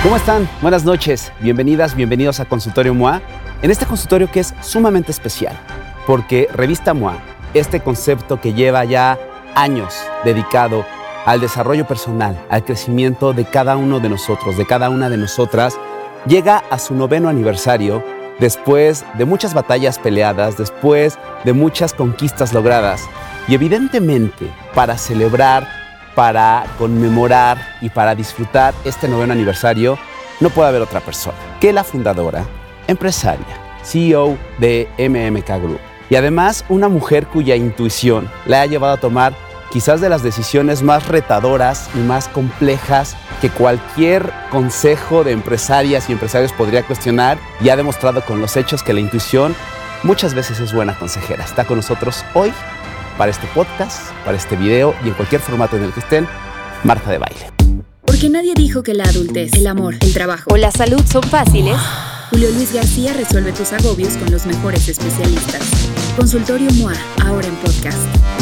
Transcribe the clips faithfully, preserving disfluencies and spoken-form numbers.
¿Cómo están? Buenas noches. Bienvenidas, bienvenidos a Consultorio M O A. En este consultorio que es sumamente especial, porque Revista M O A, este concepto que lleva ya años dedicado al desarrollo personal, al crecimiento de cada uno de nosotros, de cada una de nosotras, llega a su noveno aniversario después de muchas batallas peleadas, después de muchas conquistas logradas. Y evidentemente, para celebrar, para conmemorar y para disfrutar este noveno aniversario, no puede haber otra persona que la fundadora, empresaria, C E O de M M K Group. Y además, una mujer cuya intuición la ha llevado a tomar quizás de las decisiones más retadoras y más complejas que cualquier consejo de empresarias y empresarios podría cuestionar, y ha demostrado con los hechos que la intuición muchas veces es buena consejera. Está con nosotros hoy para este podcast, para este video y en cualquier formato en el que estén, Marta de Baile. Porque nadie dijo que la adultez, el amor, el trabajo o la salud son fáciles. Julio Luis García resuelve tus agobios con los mejores especialistas. Consultorio M O A, ahora en podcast.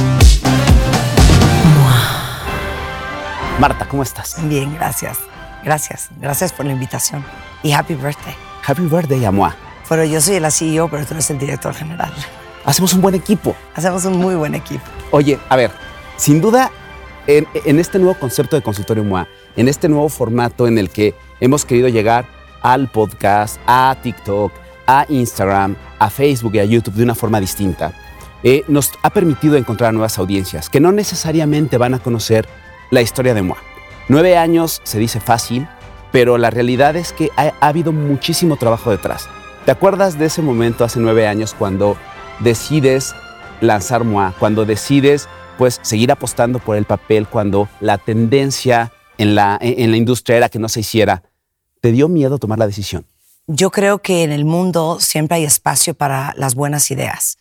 Marta, ¿cómo estás? Bien, gracias. Gracias. Gracias por la invitación. Y happy birthday. Happy birthday a M O A. Pero yo soy la C E O, pero tú eres el director general. Hacemos un buen equipo. Hacemos un muy buen equipo. Oye, a ver, sin duda, en, en este nuevo concepto de Consultorio M O A, en este nuevo formato en el que hemos querido llegar al podcast, a TikTok, a Instagram, a Facebook y a YouTube de una forma distinta, eh, nos ha permitido encontrar nuevas audiencias que no necesariamente van a conocer la historia de M O A. Nueve años se dice fácil, pero la realidad es que ha, ha habido muchísimo trabajo detrás. ¿Te acuerdas de ese momento hace nueve años cuando decides lanzar M O A, cuando decides pues, seguir apostando por el papel, cuando la tendencia en la, en la industria era que no se hiciera? ¿Te dio miedo tomar la decisión? Yo creo que en el mundo siempre hay espacio para las buenas ideas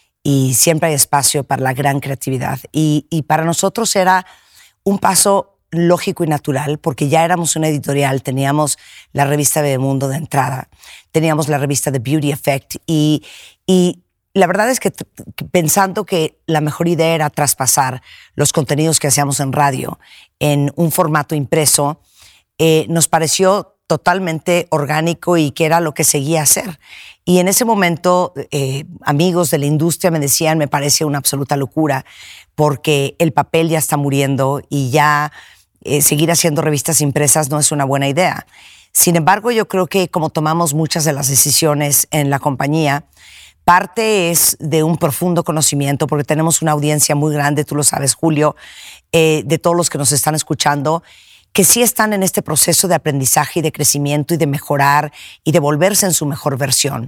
y siempre hay espacio para la gran creatividad. Y, y para nosotros era un paso lógico y natural, porque ya éramos una editorial, teníamos la revista Bebemundo de entrada, teníamos la revista The Beauty Effect y, y la verdad es que t- pensando que la mejor idea era traspasar los contenidos que hacíamos en radio en un formato impreso, eh, nos pareció totalmente orgánico y que era lo que seguía hacer. Y en ese momento, eh, amigos de la industria me decían, me parece una absoluta locura, porque el papel ya está muriendo y ya eh, seguir haciendo revistas impresas no es una buena idea. Sin embargo, yo creo que como tomamos muchas de las decisiones en la compañía, parte es de un profundo conocimiento, porque tenemos una audiencia muy grande, tú lo sabes, Julio, eh, de todos los que nos están escuchando, que sí están en este proceso de aprendizaje y de crecimiento y de mejorar y de volverse en su mejor versión.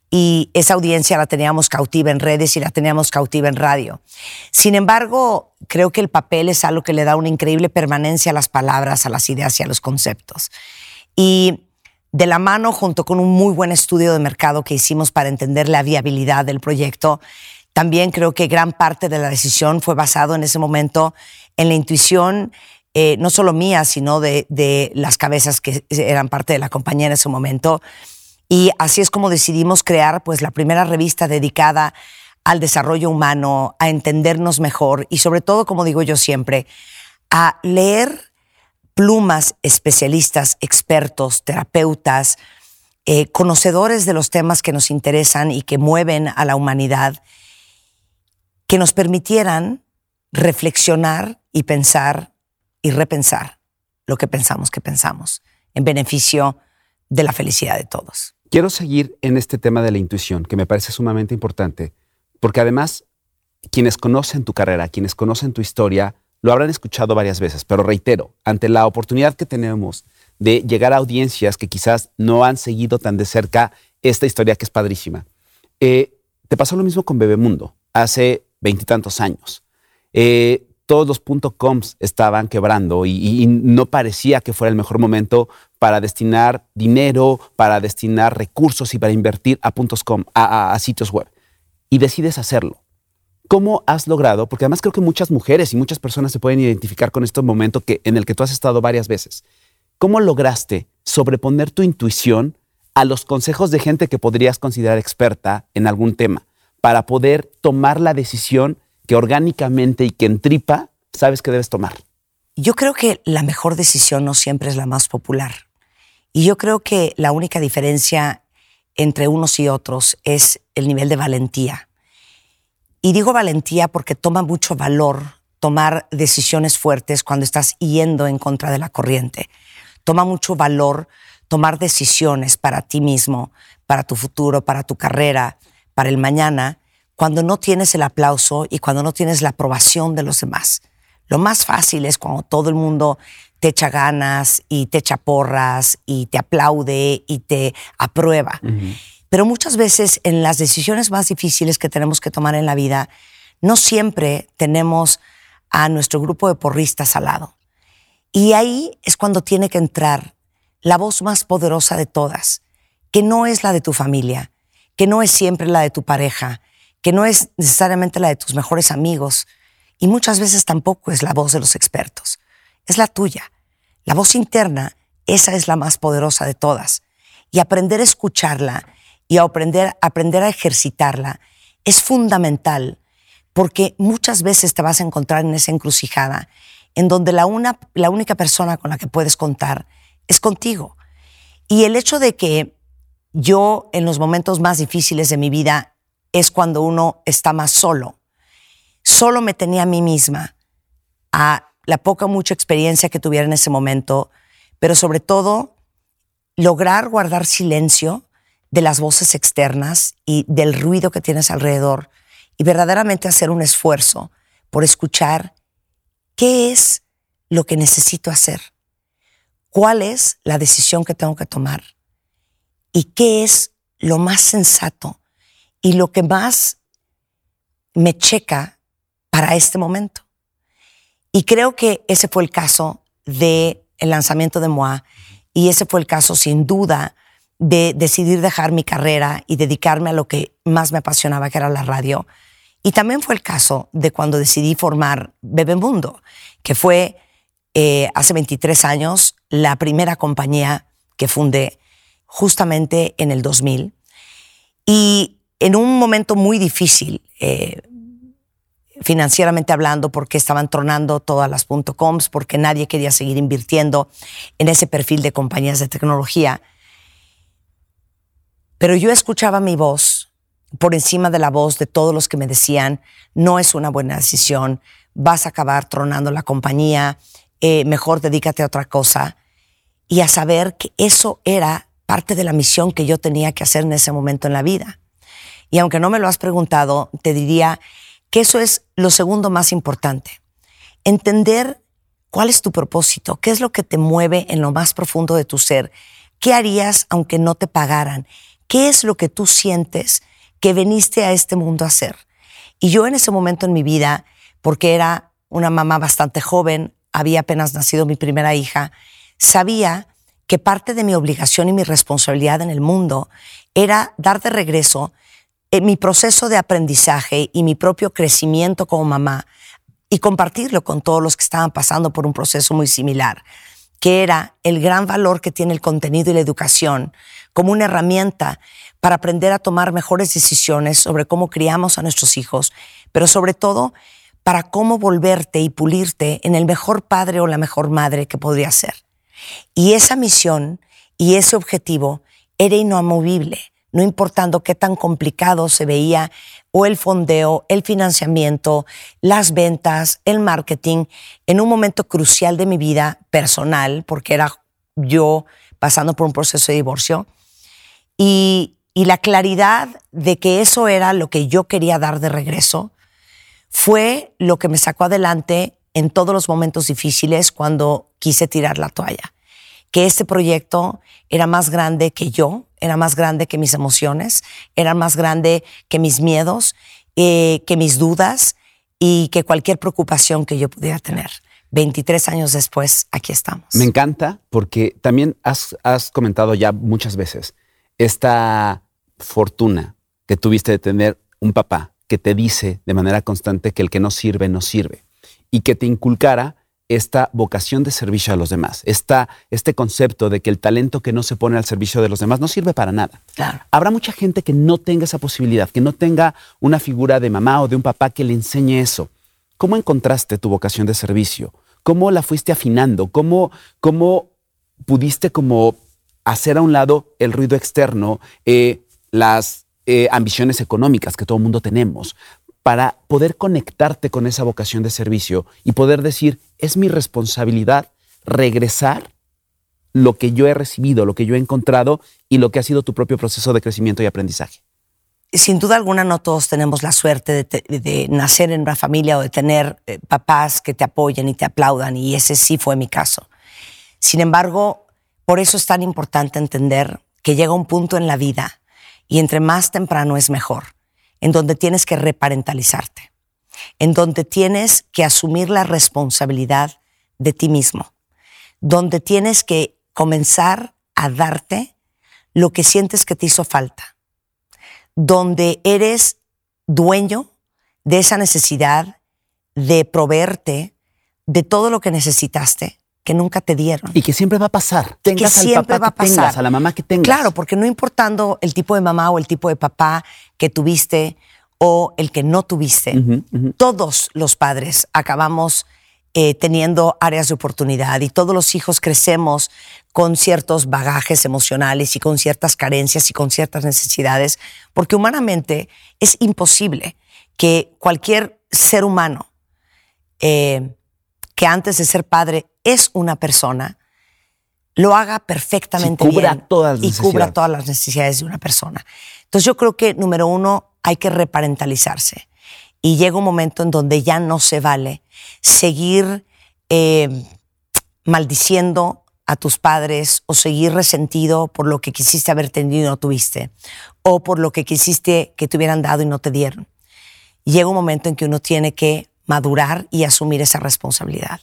Y esa audiencia la teníamos cautiva en redes y la teníamos cautiva en radio. Sin embargo, creo que el papel es algo que le da una increíble permanencia a las palabras, a las ideas y a los conceptos. Y de la mano, junto con un muy buen estudio de mercado que hicimos para entender la viabilidad del proyecto, también creo que gran parte de la decisión fue basado en ese momento en la intuición, eh, no solo mía, sino de, de las cabezas que eran parte de la compañía en ese momento. Y así es como decidimos crear pues, la primera revista dedicada al desarrollo humano, a entendernos mejor y sobre todo, como digo yo siempre, a leer plumas, especialistas, expertos, terapeutas, eh, conocedores de los temas que nos interesan y que mueven a la humanidad, que nos permitieran reflexionar y pensar y repensar lo que pensamos que pensamos en beneficio de la felicidad de todos. Quiero seguir en este tema de la intuición, que me parece sumamente importante, porque además quienes conocen tu carrera, quienes conocen tu historia, lo habrán escuchado varias veces, pero reitero, ante la oportunidad que tenemos de llegar a audiencias que quizás no han seguido tan de cerca esta historia que es padrísima. Eh, te pasó lo mismo con Bebemundo hace veintitantos años. Eh, todos los .coms estaban quebrando y, y no parecía que fuera el mejor momento para destinar dinero, para destinar recursos y para invertir a .com, a, a, a sitios web. Y decides hacerlo. ¿Cómo has logrado? Porque además creo que muchas mujeres y muchas personas se pueden identificar con este momento que, en el que tú has estado varias veces. ¿Cómo lograste sobreponer tu intuición a los consejos de gente que podrías considerar experta en algún tema para poder tomar la decisión que orgánicamente y que en tripa sabes que debes tomar? Yo creo que la mejor decisión no siempre es la más popular. Y yo creo que la única diferencia entre unos y otros es el nivel de valentía. Y digo valentía porque toma mucho valor tomar decisiones fuertes cuando estás yendo en contra de la corriente. Toma mucho valor tomar decisiones para ti mismo, para tu futuro, para tu carrera, para el mañana, cuando no tienes el aplauso y cuando no tienes la aprobación de los demás. Lo más fácil es cuando todo el mundo te echa ganas y te echa porras y te aplaude y te aprueba. Uh-huh. Pero muchas veces en las decisiones más difíciles que tenemos que tomar en la vida, no siempre tenemos a nuestro grupo de porristas al lado. Y ahí es cuando tiene que entrar la voz más poderosa de todas, que no es la de tu familia, que no es siempre la de tu pareja, que no es necesariamente la de tus mejores amigos, y muchas veces tampoco es la voz de los expertos. Es la tuya. La voz interna, esa es la más poderosa de todas. Y aprender a escucharla y a aprender, aprender a ejercitarla es fundamental, porque muchas veces te vas a encontrar en esa encrucijada en donde la, una, la única persona con la que puedes contar es contigo. Y el hecho de que yo en los momentos más difíciles de mi vida es cuando uno está más solo. Solo me tenía a mí misma, a la poca o mucha experiencia que tuviera en ese momento, pero sobre todo lograr guardar silencio de las voces externas y del ruido que tienes alrededor y verdaderamente hacer un esfuerzo por escuchar qué es lo que necesito hacer, cuál es la decisión que tengo que tomar y qué es lo más sensato y lo que más me checa para este momento. Y creo que ese fue el caso del lanzamiento de M O A y ese fue el caso sin duda de decidir dejar mi carrera y dedicarme a lo que más me apasionaba, que era la radio. Y también fue el caso de cuando decidí formar Bebemundo, que fue eh, hace veintitrés años la primera compañía que fundé justamente en el dos mil. Y en un momento muy difícil, eh, financieramente hablando, porque estaban tronando todas las .coms, porque nadie quería seguir invirtiendo en ese perfil de compañías de tecnología. Pero yo escuchaba mi voz por encima de la voz de todos los que me decían, no es una buena decisión, vas a acabar tronando la compañía, eh, mejor dedícate a otra cosa. Y a saber que eso era parte de la misión que yo tenía que hacer en ese momento en la vida. Y aunque no me lo has preguntado, te diría que eso es lo segundo más importante. Entender cuál es tu propósito, qué es lo que te mueve en lo más profundo de tu ser, qué harías aunque no te pagaran, qué es lo que tú sientes que viniste a este mundo a hacer. Y yo en ese momento en mi vida, porque era una mamá bastante joven, había apenas nacido mi primera hija, sabía que parte de mi obligación y mi responsabilidad en el mundo era dar de regreso en mi proceso de aprendizaje y mi propio crecimiento como mamá y compartirlo con todos los que estaban pasando por un proceso muy similar, que era el gran valor que tiene el contenido y la educación como una herramienta para aprender a tomar mejores decisiones sobre cómo criamos a nuestros hijos, pero sobre todo para cómo volverte y pulirte en el mejor padre o la mejor madre que podría ser. Y esa misión y ese objetivo era inamovible, no importando qué tan complicado se veía o el fondeo, el financiamiento, las ventas, el marketing, en un momento crucial de mi vida personal, porque era yo pasando por un proceso de divorcio, y, y la claridad de que eso era lo que yo quería dar de regreso, fue lo que me sacó adelante en todos los momentos difíciles cuando quise tirar la toalla. Que este proyecto era más grande que yo, era más grande que mis emociones, era más grande que mis miedos, eh, que mis dudas y que cualquier preocupación que yo pudiera tener. veintitrés años después, aquí estamos. Me encanta porque también has, has comentado ya muchas veces esta fortuna que tuviste de tener un papá que te dice de manera constante que el que no sirve, no sirve. Y que te inculcara esta vocación de servicio a los demás, esta, este concepto de que el talento que no se pone al servicio de los demás no sirve para nada. Claro. Habrá mucha gente que no tenga esa posibilidad, que no tenga una figura de mamá o de un papá que le enseñe eso. ¿Cómo encontraste tu vocación de servicio? ¿Cómo la fuiste afinando? ¿Cómo, cómo pudiste como hacer a un lado el ruido externo, eh, las eh, ambiciones económicas que todo el mundo tenemos, para poder conectarte con esa vocación de servicio y poder decir, es mi responsabilidad regresar lo que yo he recibido, lo que yo he encontrado y lo que ha sido tu propio proceso de crecimiento y aprendizaje? Sin duda alguna, no todos tenemos la suerte de, te, de nacer en una familia o de tener eh, papás que te apoyen y te aplaudan, y ese sí fue mi caso. Sin embargo, por eso es tan importante entender que llega un punto en la vida, y entre más temprano es mejor, en donde tienes que reparentalizarte, en donde tienes que asumir la responsabilidad de ti mismo, donde tienes que comenzar a darte lo que sientes que te hizo falta, donde eres dueño de esa necesidad de proveerte de todo lo que necesitaste, que nunca te dieron. Y que siempre va a pasar. Tengas que al siempre papá va a que pasar. tengas, a la mamá que tengas. Claro, porque no importando el tipo de mamá o el tipo de papá que tuviste o el que no tuviste, uh-huh, uh-huh. todos los padres acabamos eh, teniendo áreas de oportunidad, y todos los hijos crecemos con ciertos bagajes emocionales y con ciertas carencias y con ciertas necesidades, porque humanamente es imposible que cualquier ser humano eh, que antes de ser padre es una persona, lo haga perfectamente sí, cubra bien todas las y cubra todas las necesidades de una persona. Entonces yo creo que, número uno, hay que reparentalizarse. Y llega un momento en donde ya no se vale seguir eh, maldiciendo a tus padres o seguir resentido por lo que quisiste haber tenido y no tuviste, o por lo que quisiste que te hubieran dado y no te dieron. Llega un momento en que uno tiene que madurar y asumir esa responsabilidad.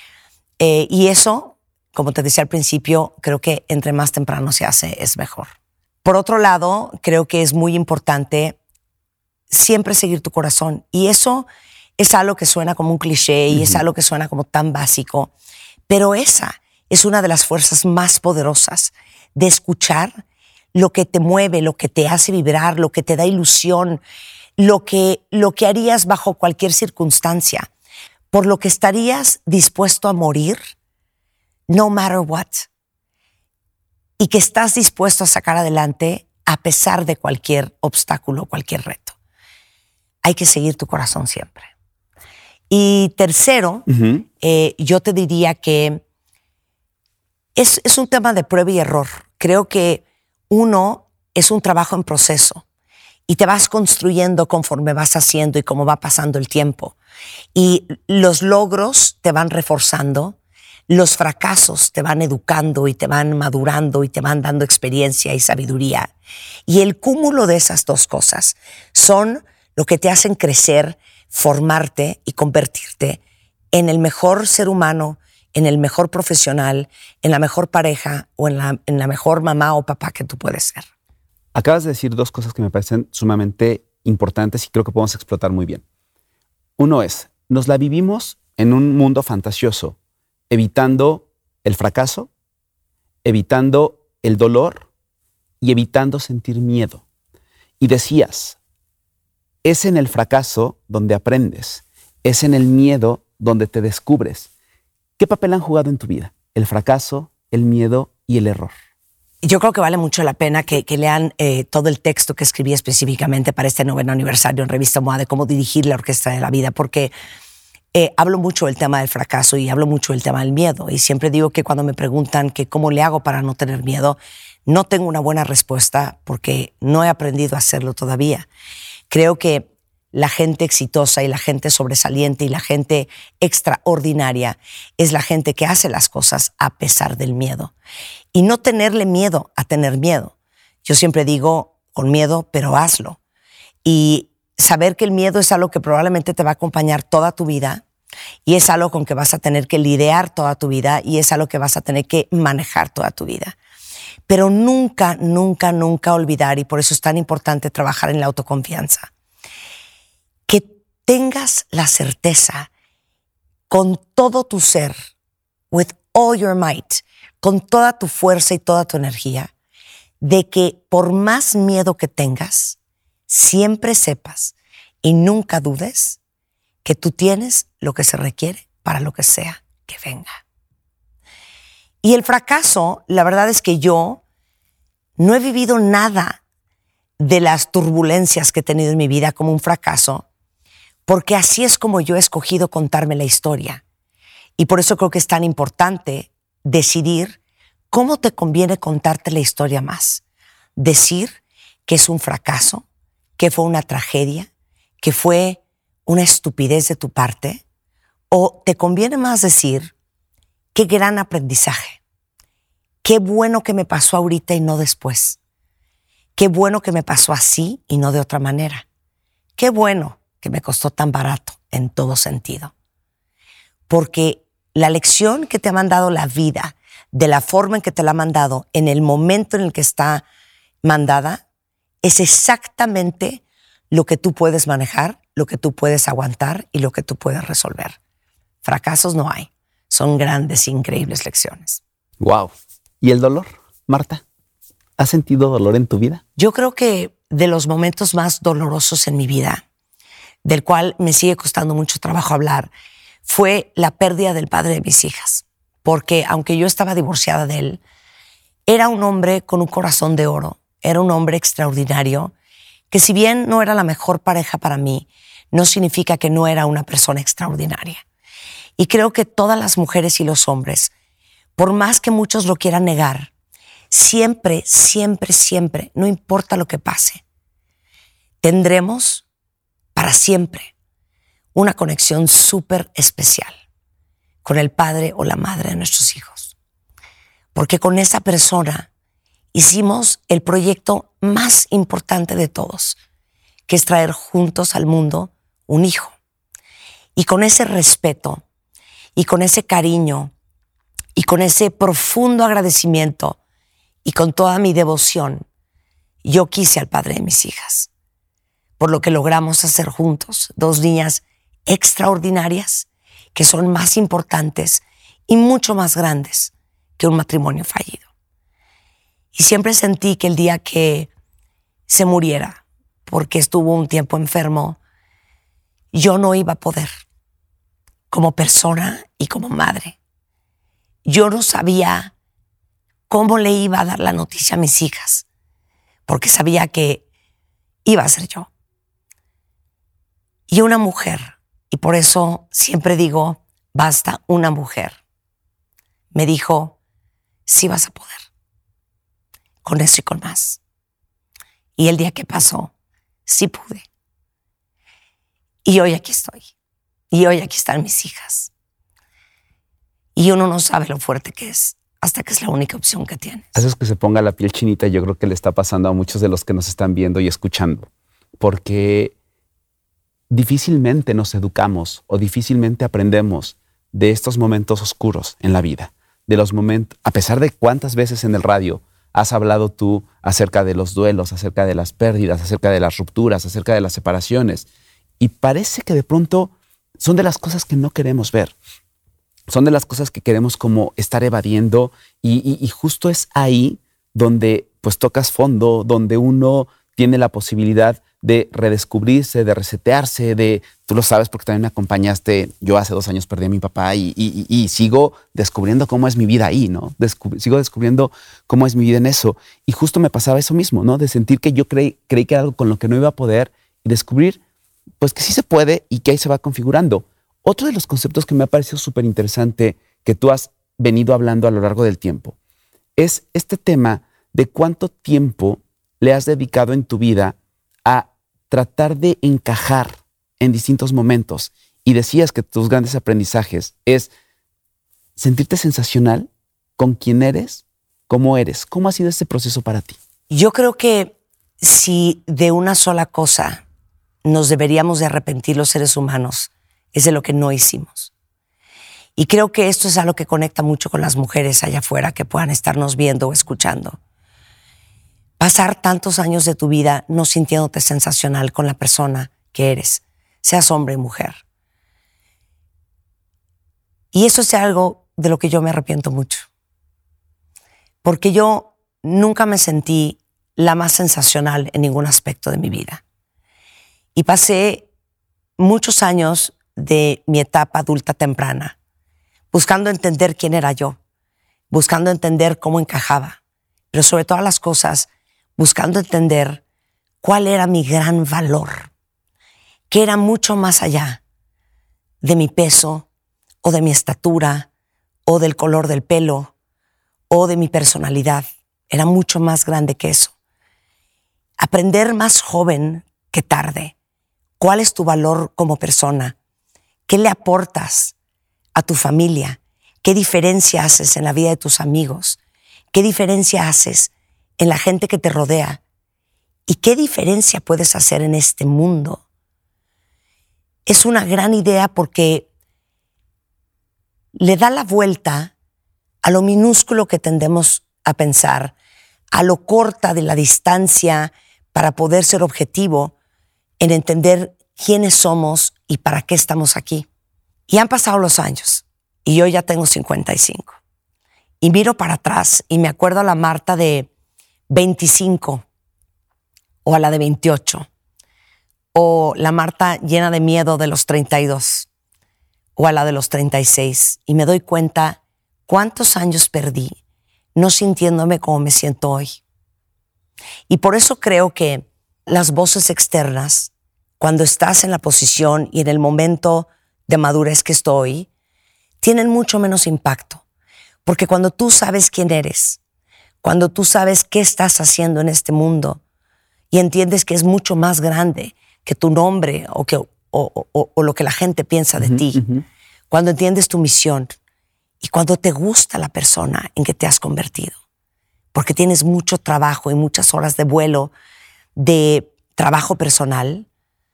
Eh, y eso, como te decía al principio, creo que entre más temprano se hace es mejor. Por otro lado, creo que es muy importante siempre seguir tu corazón. Y eso es algo que suena como un cliché y uh-huh. es algo que suena como tan básico. Pero esa es una de las fuerzas más poderosas de escuchar lo que te mueve, lo que te hace vibrar, lo que te da ilusión, lo que, lo que harías bajo cualquier circunstancia, por lo que estarías dispuesto a morir, no matter what, y que estás dispuesto a sacar adelante a pesar de cualquier obstáculo, cualquier reto. Hay que seguir tu corazón siempre. Y tercero, uh-huh. eh, yo te diría que es, es un tema de prueba y error. Creo que uno es un trabajo en proceso y te vas construyendo conforme vas haciendo y cómo va pasando el tiempo. Y los logros te van reforzando, los fracasos te van educando y te van madurando y te van dando experiencia y sabiduría. Y el cúmulo de esas dos cosas son lo que te hacen crecer, formarte y convertirte en el mejor ser humano, en el mejor profesional, en la mejor pareja o en la, en la mejor mamá o papá que tú puedes ser. Acabas de decir dos cosas que me parecen sumamente importantes y creo que podemos explotar muy bien. Uno es, nos la vivimos en un mundo fantasioso, evitando el fracaso, evitando el dolor y evitando sentir miedo. Y decías, es en el fracaso donde aprendes, es en el miedo donde te descubres. ¿Qué papel han jugado en tu vida? El fracaso, el miedo y el error. Yo creo que vale mucho la pena que, que lean eh, todo el texto que escribí específicamente para este noveno aniversario en Revista M O A de cómo dirigir la orquesta de la vida, porque eh, hablo mucho del tema del fracaso y hablo mucho del tema del miedo. Y siempre digo que cuando me preguntan que cómo le hago para no tener miedo, no tengo una buena respuesta porque no he aprendido a hacerlo todavía. Creo que la gente exitosa y la gente sobresaliente y la gente extraordinaria es la gente que hace las cosas a pesar del miedo. Y no tenerle miedo a tener miedo. Yo siempre digo, con miedo, pero hazlo. Y saber que el miedo es algo que probablemente te va a acompañar toda tu vida y es algo con que vas a tener que lidiar toda tu vida y es algo que vas a tener que manejar toda tu vida. Pero nunca, nunca, nunca olvidar, y por eso es tan importante trabajar en la autoconfianza, que tengas la certeza con todo tu ser, with all your might, con toda tu fuerza y toda tu energía, de que por más miedo que tengas, siempre sepas y nunca dudes que tú tienes lo que se requiere para lo que sea que venga. Y el fracaso, la verdad es que yo no he vivido nada de las turbulencias que he tenido en mi vida como un fracaso, porque así es como yo he escogido contarme la historia. Y por eso creo que es tan importante decidir cómo te conviene contarte la historia más. Decir que es un fracaso, que fue una tragedia, que fue una estupidez de tu parte, o te conviene más decir qué gran aprendizaje, qué bueno que me pasó ahorita y no después, qué bueno que me pasó así y no de otra manera, qué bueno que me costó tan barato en todo sentido. Porque la lección que te ha mandado la vida, de la forma en que te la ha mandado, en el momento en el que está mandada, es exactamente lo que tú puedes manejar, lo que tú puedes aguantar y lo que tú puedes resolver. Fracasos no hay. Son grandes, increíbles lecciones. Wow. ¿Y el dolor, Marta? ¿Has sentido dolor en tu vida? Yo creo que de los momentos más dolorosos en mi vida, del cual me sigue costando mucho trabajo hablar, fue la pérdida del padre de mis hijas. Porque aunque yo estaba divorciada de él, era un hombre con un corazón de oro. Era un hombre extraordinario, que si bien no era la mejor pareja para mí, no significa que no era una persona extraordinaria. Y creo que todas las mujeres y los hombres, por más que muchos lo quieran negar, siempre, siempre, siempre, no importa lo que pase, tendremos para siempre una conexión súper especial con el padre o la madre de nuestros hijos. Porque con esa persona hicimos el proyecto más importante de todos, que es traer juntos al mundo un hijo. Y con ese respeto, y con ese cariño, y con ese profundo agradecimiento, y con toda mi devoción, yo quise al padre de mis hijas, por lo que logramos hacer juntos dos niñas extraordinarias, que son más importantes y mucho más grandes que un matrimonio fallido. Y siempre sentí que el día que se muriera, porque estuvo un tiempo enfermo, yo no iba a poder, como persona y como madre. Yo no sabía cómo le iba a dar la noticia a mis hijas, porque sabía que iba a ser yo. Y una mujer, y por eso siempre digo, basta una mujer, me dijo, sí vas a poder, con eso y con más. Y el día que pasó, sí pude. Y hoy aquí estoy. Y hoy aquí están mis hijas. Y uno no sabe lo fuerte que es hasta que es la única opción que tienes. Haces que se ponga la piel chinita. Yo creo que le está pasando a muchos de los que nos están viendo y escuchando. Porque difícilmente nos educamos o difícilmente aprendemos de estos momentos oscuros en la vida. De los momentos, a pesar de cuántas veces en el radio has hablado tú acerca de los duelos, acerca de las pérdidas, acerca de las rupturas, acerca de las separaciones. Y parece que de pronto son de las cosas que no queremos ver. Son de las cosas que queremos como estar evadiendo. Y, y, y justo es ahí donde pues tocas fondo, donde uno tiene la posibilidad de redescubrirse, de resetearse, de, tú lo sabes porque también me acompañaste, yo hace dos años perdí a mi papá y, y, y, y sigo descubriendo cómo es mi vida ahí, ¿no? Descub- sigo descubriendo cómo es mi vida en eso. Y justo me pasaba eso mismo, ¿no? De sentir que yo creí, creí que era algo con lo que no iba a poder y descubrir pues que sí se puede y que ahí se va configurando. Otro de los conceptos que me ha parecido súper interesante que tú has venido hablando a lo largo del tiempo es este tema de cuánto tiempo le has dedicado en tu vida a tratar de encajar en distintos momentos. Y decías que tus grandes aprendizajes es sentirte sensacional con quién eres, cómo eres. ¿Cómo ha sido este proceso para ti? Yo creo que si de una sola cosa nos deberíamos de arrepentir los seres humanos, es de lo que no hicimos. Y creo que esto es algo que conecta mucho con las mujeres allá afuera que puedan estarnos viendo o escuchando. Pasar tantos años de tu vida no sintiéndote sensacional con la persona que eres, seas hombre o mujer. Y eso es algo de lo que yo me arrepiento mucho. Porque yo nunca me sentí la más sensacional en ningún aspecto de mi vida. Y pasé muchos años de mi etapa adulta temprana buscando entender quién era yo, buscando entender cómo encajaba, pero sobre todas las cosas, buscando entender cuál era mi gran valor, que era mucho más allá de mi peso o de mi estatura o del color del pelo o de mi personalidad. Era mucho más grande que eso. Aprender más joven que tarde. ¿Cuál es tu valor como persona? ¿Qué le aportas a tu familia? ¿Qué diferencia haces en la vida de tus amigos? ¿Qué diferencia haces en la gente que te rodea? ¿Y qué diferencia puedes hacer en este mundo? Es una gran idea porque le da la vuelta a lo minúsculo que tendemos a pensar, a lo corta de la distancia para poder ser objetivo en entender quiénes somos y para qué estamos aquí. Y han pasado los años y yo ya tengo cincuenta y cinco. Y miro para atrás y me acuerdo a la Marta de veinticinco o a la de veintiocho. O la Marta llena de miedo de los treinta y dos, o a la de los treinta y seis, y me doy cuenta cuántos años perdí no sintiéndome como me siento hoy. Y por eso creo que las voces externas, cuando estás en la posición y en el momento de madurez que estoy, tienen mucho menos impacto. Porque cuando tú sabes quién eres, cuando tú sabes qué estás haciendo en este mundo y entiendes que es mucho más grande que tu nombre o, que, o, o, o lo que la gente piensa de uh-huh, ti, uh-huh. Cuando entiendes tu misión y cuando te gusta la persona en que te has convertido, porque tienes mucho trabajo y muchas horas de vuelo, de trabajo personal,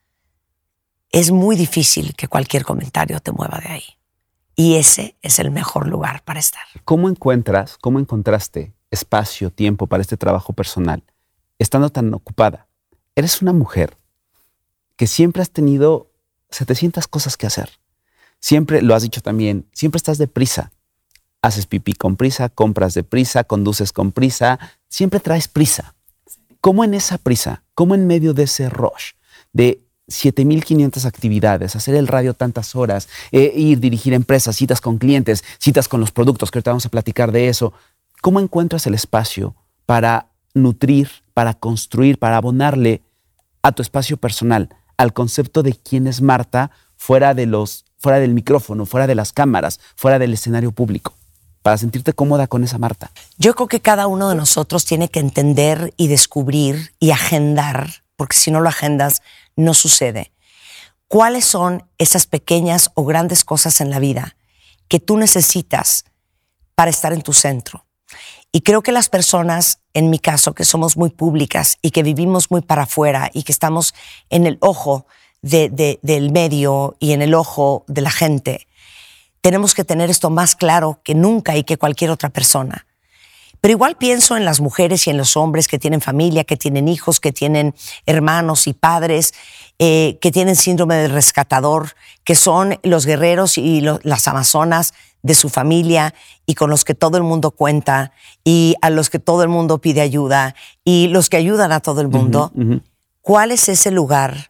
es muy difícil que cualquier comentario te mueva de ahí. Y ese es el mejor lugar para estar. ¿Cómo encuentras, cómo encontraste espacio, tiempo para este trabajo personal, estando tan ocupada? Eres una mujer que siempre has tenido setecientas cosas que hacer. Siempre, lo has dicho también, siempre estás deprisa. Haces pipí con prisa, compras deprisa, conduces con prisa, siempre traes prisa. ¿Cómo en esa prisa, cómo en medio de ese rush de siete mil quinientas actividades, hacer el radio tantas horas, eh, ir, dirigir empresas, citas con clientes, citas con los productos, que ahorita vamos a platicar de eso, cómo encuentras el espacio para nutrir, para construir, para abonarle a tu espacio personal, al concepto de quién es Marta fuera de los, fuera del micrófono, fuera de las cámaras, fuera del escenario público, para sentirte cómoda con esa Marta? Yo creo que cada uno de nosotros tiene que entender y descubrir y agendar, porque si no lo agendas, no sucede. ¿Cuáles son esas pequeñas o grandes cosas en la vida que tú necesitas para estar en tu centro? Y creo que las personas, en mi caso, que somos muy públicas y que vivimos muy para afuera y que estamos en el ojo de, de, del medio y en el ojo de la gente, tenemos que tener esto más claro que nunca y que cualquier otra persona. Pero igual pienso en las mujeres y en los hombres que tienen familia, que tienen hijos, que tienen hermanos y padres, eh, que tienen síndrome del rescatador, que son los guerreros y lo, las amazonas de su familia y con los que todo el mundo cuenta y a los que todo el mundo pide ayuda y los que ayudan a todo el mundo. Uh-huh, uh-huh. ¿Cuál es ese lugar?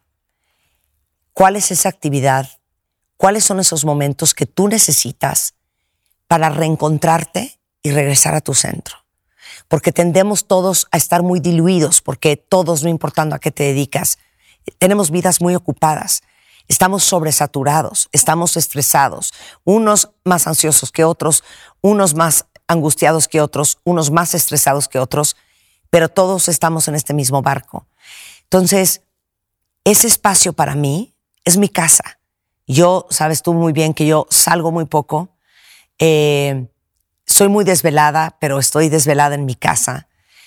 ¿Cuál es esa actividad? ¿Cuáles son esos momentos que tú necesitas para reencontrarte y regresar a tu centro? Porque tendemos todos a estar muy diluidos, porque todos, no importando a qué te dedicas, tenemos vidas muy ocupadas. Estamos sobresaturados, estamos estresados, unos más ansiosos que otros, unos más angustiados que otros, unos más estresados que otros, pero todos estamos en este mismo barco. Entonces, ese espacio para mí es mi casa. Yo, sabes tú muy bien que yo salgo muy poco, eh, soy muy desvelada, pero estoy desvelada en mi casa.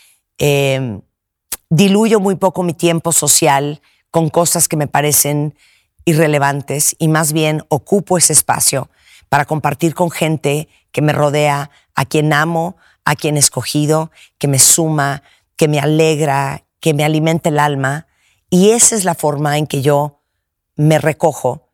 Eh, diluyo muy poco mi tiempo social con cosas que me parecen irrelevantes y más bien ocupo ese espacio para compartir con gente que me rodea, a quien amo, a quien he escogido, que me suma, que me alegra, que me alimenta el alma. Y esa es la forma en que yo me recojo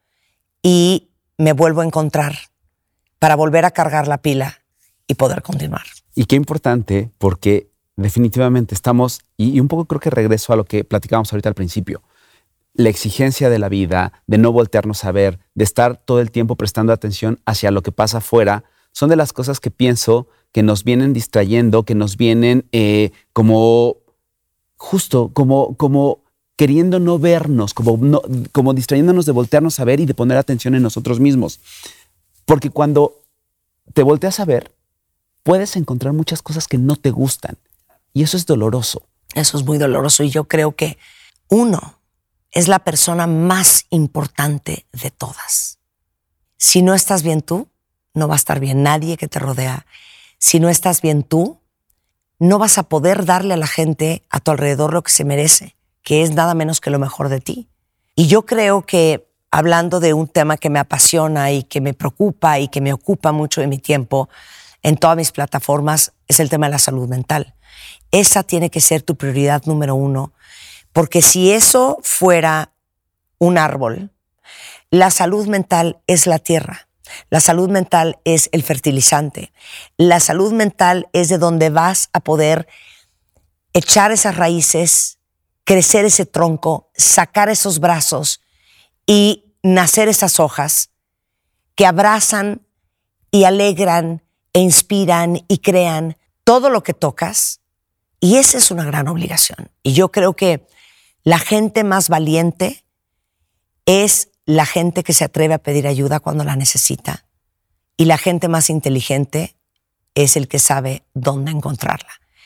y me vuelvo a encontrar para volver a cargar la pila y poder continuar. Y qué importante, porque definitivamente estamos, y, y un poco creo que regreso a lo que platicábamos ahorita al principio, la exigencia de la vida, de no voltearnos a ver, de estar todo el tiempo prestando atención hacia lo que pasa afuera, son de las cosas que pienso que nos vienen distrayendo, que nos vienen eh, como justo como, como queriendo no vernos, como, no, como distrayéndonos de voltearnos a ver y de poner atención en nosotros mismos. Porque cuando te volteas a ver, puedes encontrar muchas cosas que no te gustan. Y eso es doloroso. Eso es muy doloroso. Y yo creo que uno es la persona más importante de todas. Si no estás bien tú, no va a estar bien nadie que te rodea. Si no estás bien tú, no vas a poder darle a la gente a tu alrededor lo que se merece, que es nada menos que lo mejor de ti. Y yo creo que, hablando de un tema que me apasiona y que me preocupa y que me ocupa mucho de mi tiempo en todas mis plataformas, es el tema de la salud mental. Esa tiene que ser tu prioridad número uno, porque si eso fuera un árbol, la salud mental es la tierra. La salud mental es el fertilizante. La salud mental es de donde vas a poder echar esas raíces, crecer ese tronco, sacar esos brazos y nacer esas hojas que abrazan y alegran e inspiran y crean todo lo que tocas. Y esa es una gran obligación. Y yo creo que la gente más valiente es la gente que se atreve a pedir ayuda cuando la necesita. Y la gente más inteligente es el que sabe dónde encontrarla.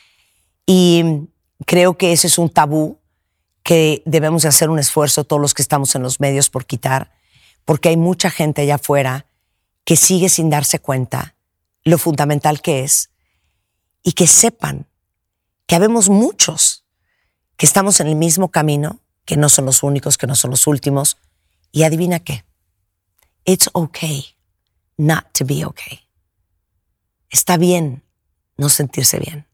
Y creo que ese es un tabú que debemos de hacer un esfuerzo todos los que estamos en los medios por quitar, porque hay mucha gente allá afuera que sigue sin darse cuenta lo fundamental que es, y que sepan que habemos muchos que estamos en el mismo camino, que no son los únicos, que no son los últimos. Y adivina qué, it's okay not to be okay. Está bien no sentirse bien.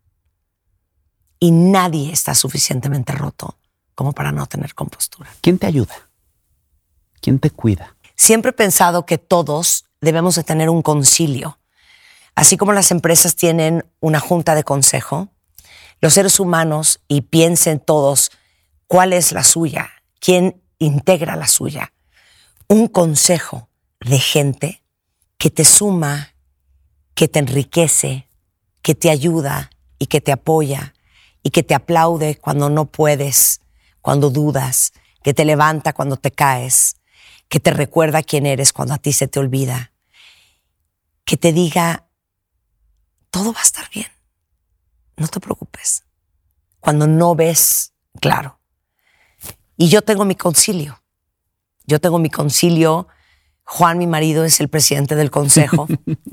Y nadie está suficientemente roto como para no tener compostura. ¿Quién te ayuda? ¿Quién te cuida? Siempre he pensado que todos debemos de tener un concilio. Así como las empresas tienen una junta de consejo, los seres humanos, y piensen todos cuál es la suya, quién integra la suya. Un consejo de gente que te suma, que te enriquece, que te ayuda y que te apoya y que te aplaude cuando no puedes, cuando dudas, que te levanta cuando te caes, que te recuerda quién eres cuando a ti se te olvida, que te diga, todo va a estar bien, no te preocupes, cuando no ves claro. Y yo tengo mi concilio. Yo tengo mi concilio. Juan, mi marido, es el presidente del consejo,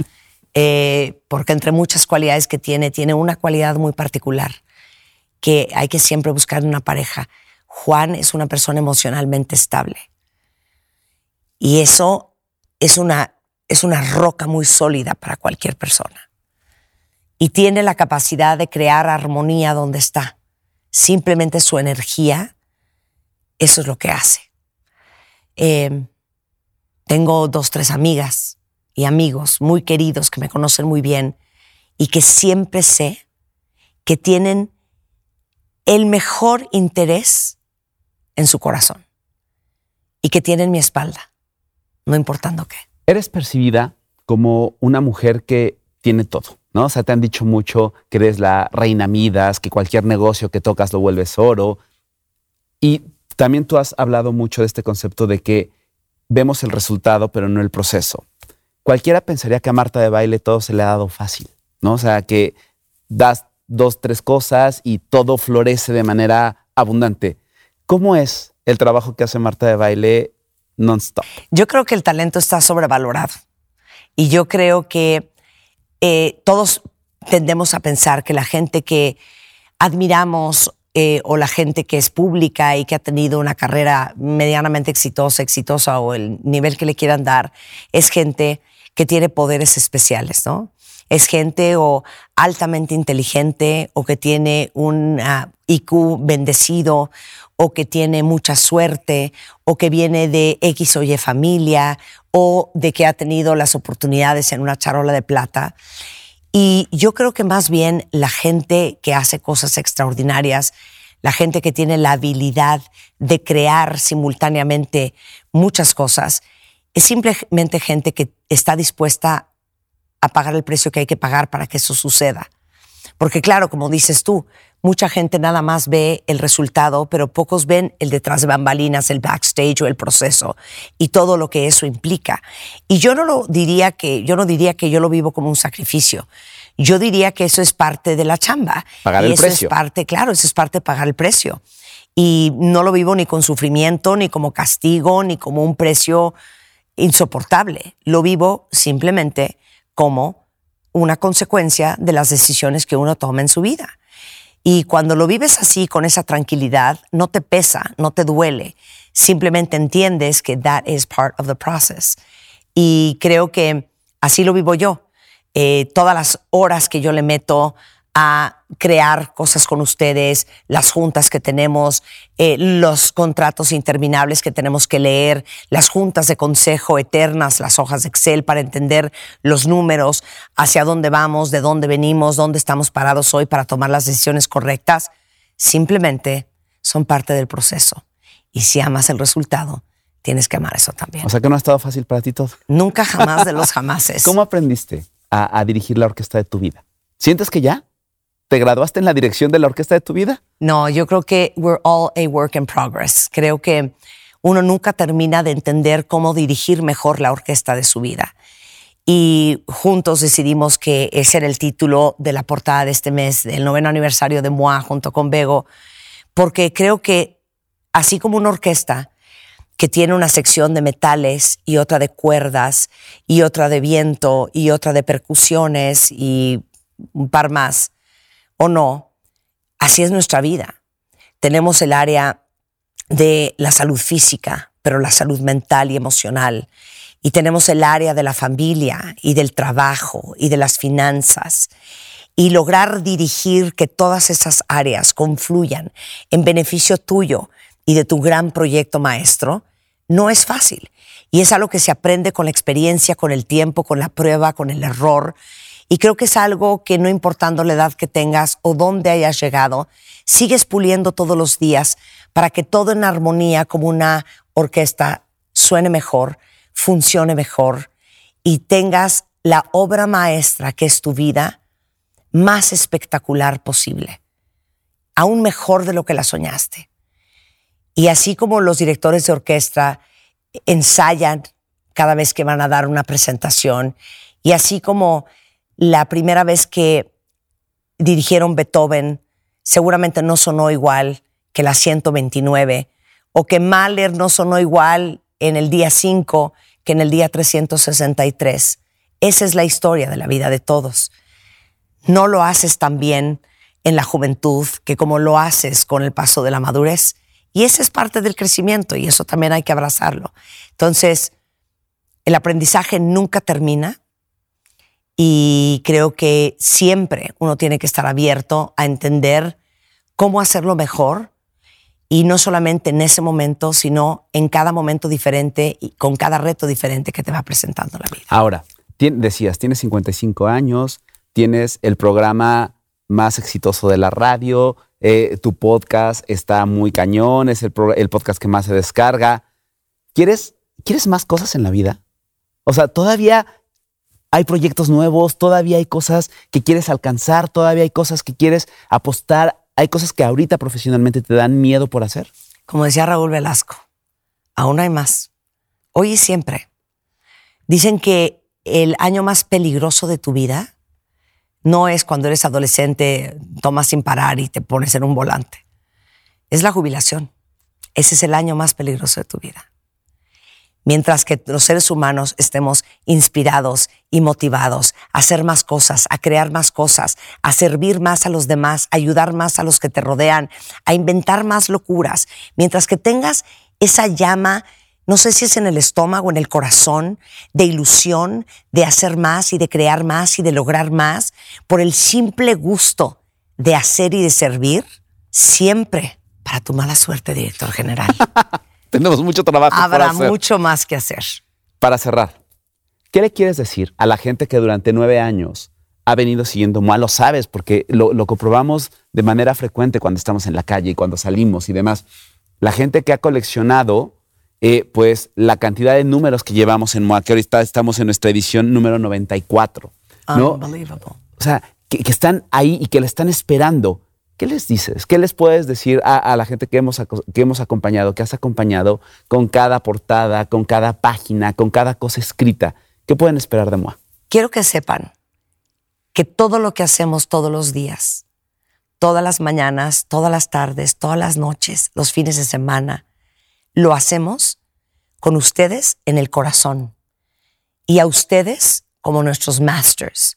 eh, porque entre muchas cualidades que tiene, tiene una cualidad muy particular que hay que siempre buscar en una pareja. Juan es una persona emocionalmente estable. Y eso es una, es una roca muy sólida para cualquier persona. Y tiene la capacidad de crear armonía donde está. Simplemente su energía, eso es lo que hace. Eh, tengo dos, tres amigas y amigos muy queridos que me conocen muy bien y que siempre sé que tienen el mejor interés en su corazón y que tienen mi espalda, no importando qué. Eres percibida como una mujer que tiene todo, ¿no? O sea, te han dicho mucho que eres la reina Midas, que cualquier negocio que tocas lo vuelves oro. Y también tú has hablado mucho de este concepto de que vemos el resultado, pero no el proceso. Cualquiera pensaría que a Marta de Baile todo se le ha dado fácil, ¿no? O sea, que das dos, tres cosas y todo florece de manera abundante. ¿Cómo es el trabajo que hace Marta de Baile non-stop? Yo creo que el talento está sobrevalorado. Y yo creo que eh, todos tendemos a pensar que la gente que admiramos eh, o la gente que es pública y que ha tenido una carrera medianamente exitosa, exitosa o el nivel que le quieran dar, es gente que tiene poderes especiales, ¿no? Es gente o altamente inteligente o que tiene un uh, I Q bendecido o que tiene mucha suerte o que viene de X o Y familia o de que ha tenido las oportunidades en una charola de plata. Y yo creo que más bien la gente que hace cosas extraordinarias, la gente que tiene la habilidad de crear simultáneamente muchas cosas, es simplemente gente que está dispuesta a pagar el precio que hay que pagar para que eso suceda. Porque claro, como dices tú, mucha gente nada más ve el resultado, pero pocos ven el detrás de bambalinas, el backstage o el proceso y todo lo que eso implica. Y yo no lo diría que, yo no diría que yo lo vivo como un sacrificio. Yo diría que eso es parte de la chamba. Pagar y el eso precio. Es parte, claro, eso es parte de pagar el precio. Y no lo vivo ni con sufrimiento, ni como castigo, ni como un precio insoportable. Lo vivo simplemente como una consecuencia de las decisiones que uno toma en su vida. Y cuando lo vives así, con esa tranquilidad, no te pesa, no te duele. Simplemente entiendes que that is part of the process. Y creo que así lo vivo yo. Eh, todas las horas que yo le meto a crear cosas con ustedes, las juntas que tenemos, eh, los contratos interminables que tenemos que leer, las juntas de consejo eternas, las hojas de Excel para entender los números, hacia dónde vamos, de dónde venimos, dónde estamos parados hoy para tomar las decisiones correctas, simplemente son parte del proceso. Y si amas el resultado, tienes que amar eso también. O sea que no ha estado fácil para ti todo. Nunca jamás de los jamases. ¿Cómo aprendiste a, a dirigir la orquesta de tu vida? ¿Sientes que ya te graduaste en la dirección de la orquesta de tu vida? No, yo creo que we're all a work in progress. Creo que uno nunca termina de entender cómo dirigir mejor la orquesta de su vida. Y juntos decidimos que ese era el título de la portada de este mes, del noveno aniversario de M O A, junto con Bego, porque creo que así como una orquesta que tiene una sección de metales y otra de cuerdas y otra de viento y otra de percusiones y un par más, o no, así es nuestra vida. Tenemos el área de la salud física, pero la salud mental y emocional. Y tenemos el área de la familia y del trabajo y de las finanzas. Y lograr dirigir que todas esas áreas confluyan en beneficio tuyo y de tu gran proyecto maestro no es fácil. Y es algo que se aprende con la experiencia, con el tiempo, con la prueba, con el error. Y creo que es algo que no importando la edad que tengas o dónde hayas llegado, sigues puliendo todos los días para que todo en armonía como una orquesta suene mejor, funcione mejor y tengas la obra maestra que es tu vida más espectacular posible, aún mejor de lo que la soñaste. Y así como los directores de orquesta ensayan cada vez que van a dar una presentación y así como la primera vez que dirigieron Beethoven seguramente no sonó igual que la ciento veintinueve o que Mahler no sonó igual en el día cinco que en el día trescientos sesenta y tres. Esa es la historia de la vida de todos. No lo haces tan bien en la juventud que como lo haces con el paso de la madurez. Y esa es parte del crecimiento y eso también hay que abrazarlo. Entonces, el aprendizaje nunca termina. Y creo que siempre uno tiene que estar abierto a entender cómo hacerlo mejor y no solamente en ese momento, sino en cada momento diferente y con cada reto diferente que te va presentando la vida. Ahora, decías, tienes cincuenta y cinco años, tienes el programa más exitoso de la radio, eh, tu podcast está muy cañón, es el, pro, el podcast que más se descarga. ¿Quieres, ¿Quieres más cosas en la vida? O sea, todavía hay proyectos nuevos, todavía hay cosas que quieres alcanzar, todavía hay cosas que quieres apostar, hay cosas que ahorita profesionalmente te dan miedo por hacer. Como decía Raúl Velasco, aún hay más. Hoy y siempre. Dicen que el año más peligroso de tu vida no es cuando eres adolescente, tomas sin parar y te pones en un volante. Es la jubilación. Ese es el año más peligroso de tu vida. Mientras que los seres humanos estemos inspirados y motivados a hacer más cosas, a crear más cosas, a servir más a los demás, a ayudar más a los que te rodean, a inventar más locuras. Mientras que tengas esa llama, no sé si es en el estómago, en el corazón, de ilusión, de hacer más y de crear más y de lograr más, por el simple gusto de hacer y de servir, siempre para tu mala suerte, director general. Tenemos mucho trabajo Habrá por hacer. mucho más que hacer. Para cerrar, ¿qué le quieres decir a la gente que durante nueve años ha venido siguiendo M O A? Lo sabes, porque lo, lo comprobamos de manera frecuente cuando estamos en la calle y cuando salimos y demás. La gente que ha coleccionado eh, pues, la cantidad de números que llevamos en M O A, que ahorita estamos en nuestra edición número noventa y cuatro. ¿no? Unbelievable. O sea, que, que están ahí y que la están esperando ¿qué les dices? ¿Qué les puedes decir a, a la gente que hemos, que hemos acompañado, que has acompañado con cada portada, con cada página, con cada cosa escrita? ¿Qué pueden esperar de M O A? Quiero que sepan que todo lo que hacemos todos los días, todas las mañanas, todas las tardes, todas las noches, los fines de semana, lo hacemos con ustedes en el corazón y a ustedes como nuestros masters.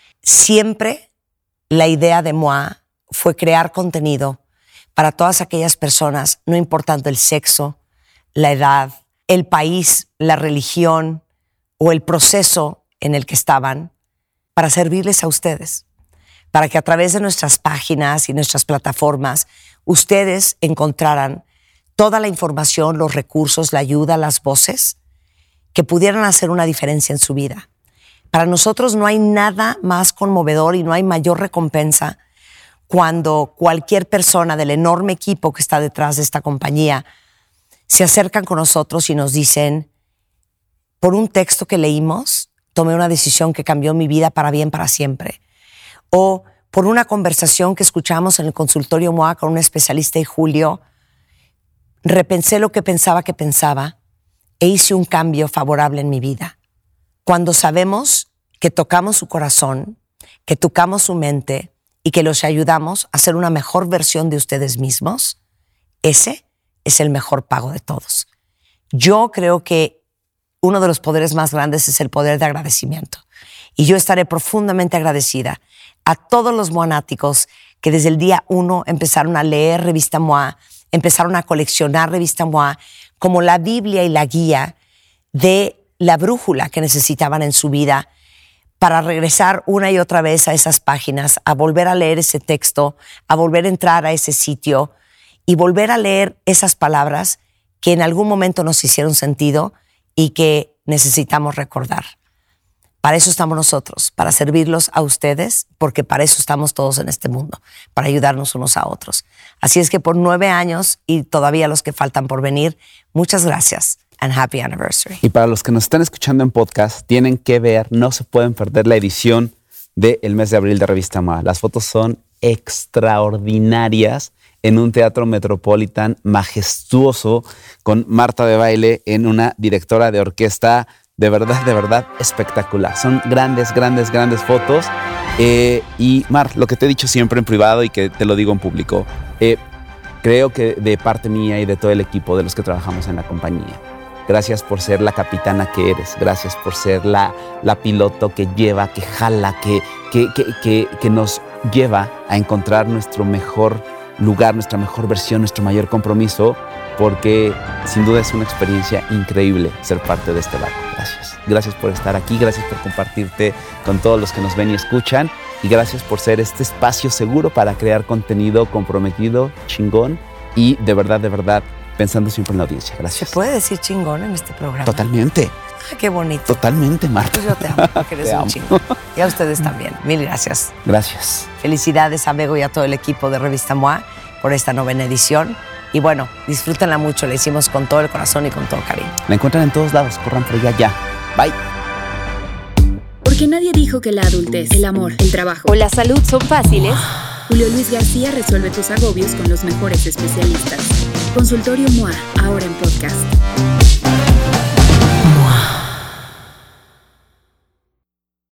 Siempre la idea de M O A fue crear contenido para todas aquellas personas, no importando el sexo, la edad, el país, la religión o el proceso en el que estaban, para servirles a ustedes, para que a través de nuestras páginas y nuestras plataformas ustedes encontraran toda la información, los recursos, la ayuda, las voces que pudieran hacer una diferencia en su vida. Para nosotros no hay nada más conmovedor y no hay mayor recompensa cuando cualquier persona del enorme equipo que está detrás de esta compañía se acercan con nosotros y nos dicen, por un texto que leímos, tomé una decisión que cambió mi vida para bien para siempre. O por una conversación que escuchamos en el consultorio M O A con un especialista y Julio, repensé lo que pensaba que pensaba e hice un cambio favorable en mi vida. Cuando sabemos que tocamos su corazón, que tocamos su mente y que los ayudamos a ser una mejor versión de ustedes mismos, ese es el mejor pago de todos. Yo creo que uno de los poderes más grandes es el poder de agradecimiento. Y yo estaré profundamente agradecida a todos los moanáticos que desde el día uno empezaron a leer Revista M O A, empezaron a coleccionar Revista M O A como la Biblia y la guía de la brújula que necesitaban en su vida para regresar una y otra vez a esas páginas, a volver a leer ese texto, a volver a entrar a ese sitio y volver a leer esas palabras que en algún momento nos hicieron sentido y que necesitamos recordar. Para eso estamos nosotros, para servirlos a ustedes, porque para eso estamos todos en este mundo, para ayudarnos unos a otros. Así es que por nueve años y todavía los que faltan por venir, muchas gracias and happy anniversary. Y para los que nos están escuchando en podcast, tienen que ver, no se pueden perder la edición del mes de abril de Revista M O A. Las fotos son extraordinarias en un teatro Metropolitan majestuoso con Marta de Baile en una directora de orquesta de verdad, de verdad espectacular. Son grandes, grandes, grandes fotos. Eh, y Mar, lo que te he dicho siempre en privado y que te lo digo en público, eh, creo que de parte mía y de todo el equipo de los que trabajamos en la compañía, gracias por ser la capitana que eres, gracias por ser la, la piloto que lleva, que jala, que, que, que, que, que nos lleva a encontrar nuestro mejor lugar, nuestra mejor versión, nuestro mayor compromiso, porque sin duda es una experiencia increíble ser parte de este barco. Gracias. Gracias por estar aquí, gracias por compartirte con todos los que nos ven y escuchan y gracias por ser este espacio seguro para crear contenido comprometido, chingón y de verdad, de verdad, pensando siempre en la audiencia. Gracias. ¿Se puede decir chingón en este programa? Totalmente. Ah, qué bonito. Totalmente, Marta. Pues yo te amo, porque eres Te un amo. chingón. Y a ustedes también. Mil gracias. Gracias. Felicidades a Bego y a todo el equipo de Revista M O A por esta novena edición. Y bueno, disfrútenla mucho. La hicimos con todo el corazón y con todo cariño. La encuentran en todos lados. Corran por ella ya. Bye. Porque nadie dijo que la adultez, el amor, el trabajo o la salud son fáciles. Julio Luis García resuelve tus agobios con los mejores especialistas. Consultorio M O A, ahora en podcast.